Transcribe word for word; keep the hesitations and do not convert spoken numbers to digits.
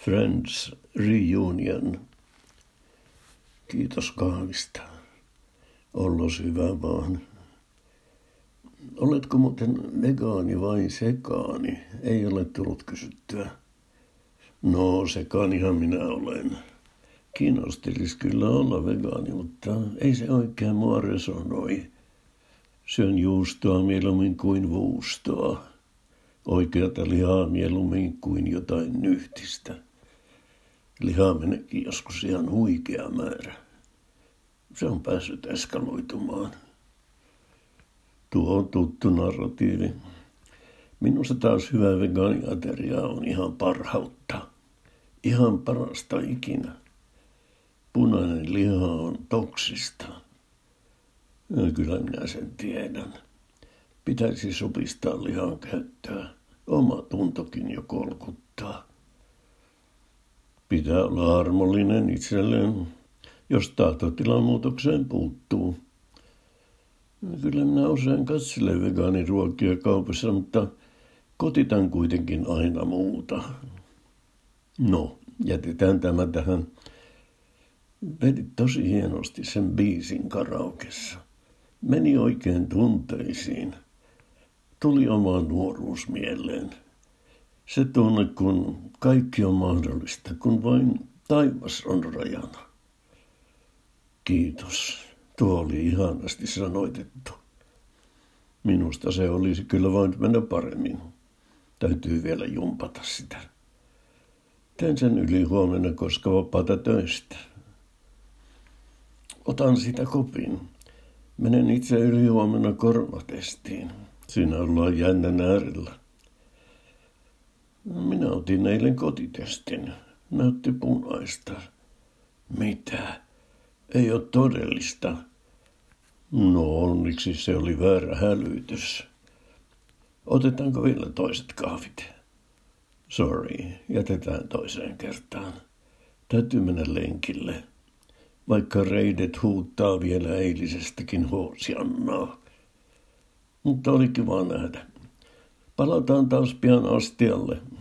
Friends Reunion. Kiitos kahvista. Ollos hyvä vaan. Oletko muuten vegaani vai sekaani? Ei ole tullut kysyttyä. No, sekaanihan minä olen. Kiinnostelis kyllä olla vegaani, mutta ei se oikein mua resonoi. Syön juustoa mieluummin kuin vuustoa. Oikeata lihaa mieluummin kuin jotain nyhtistä. Lihaa meneekin joskus ihan huikea määrä. Se on päässyt eskaloitumaan. Tuo on tuttu narratiivi. Minusta taas hyvä vegaaniateria on ihan parhautta. Ihan parasta ikinä. Punainen liha on toksista. Ja kyllä minä sen tiedän. Pitäisi supistaa lihan käyttöä. Oma tuntokin jo kolkuttaa. Pitää olla armollinen itselleen, jos tahtotilan muutokseen puuttuu. Kyllä minä usein katselen vegaaniruokia kaupassa, mutta kotitan kuitenkin aina muuta. No, jätetään tämä tähän. Vedit tosi hienosti sen biisin karaokessa. Meni oikein tunteisiin. Tuli oma nuoruus mieleen. Se tunne, kun kaikki on mahdollista, kun vain taivas on rajana. Kiitos. Tuo oli ihanasti sanoitettu. Minusta se olisi kyllä voinut mennä paremmin. Täytyy vielä jumpata sitä. Teen sen yli huomenna, koska vapaata töistä. Otan sitä kopin. Menen itse yli huomenna koronatestiin. Siinä ollaan jännän äärellä. Minä otin eilen kotitestin. Näytti punaista. Mitä? Ei ole todellista. No onneksi se oli väärä hälytys. Otetaanko vielä toiset kahvit? Sorry, jätetään toiseen kertaan. Täytyy mennä lenkille. Vaikka reidet huuttaa vielä eilisestäkin hoosiannaa. Mutta oli kiva nähdä. Palataan taas pian astialle.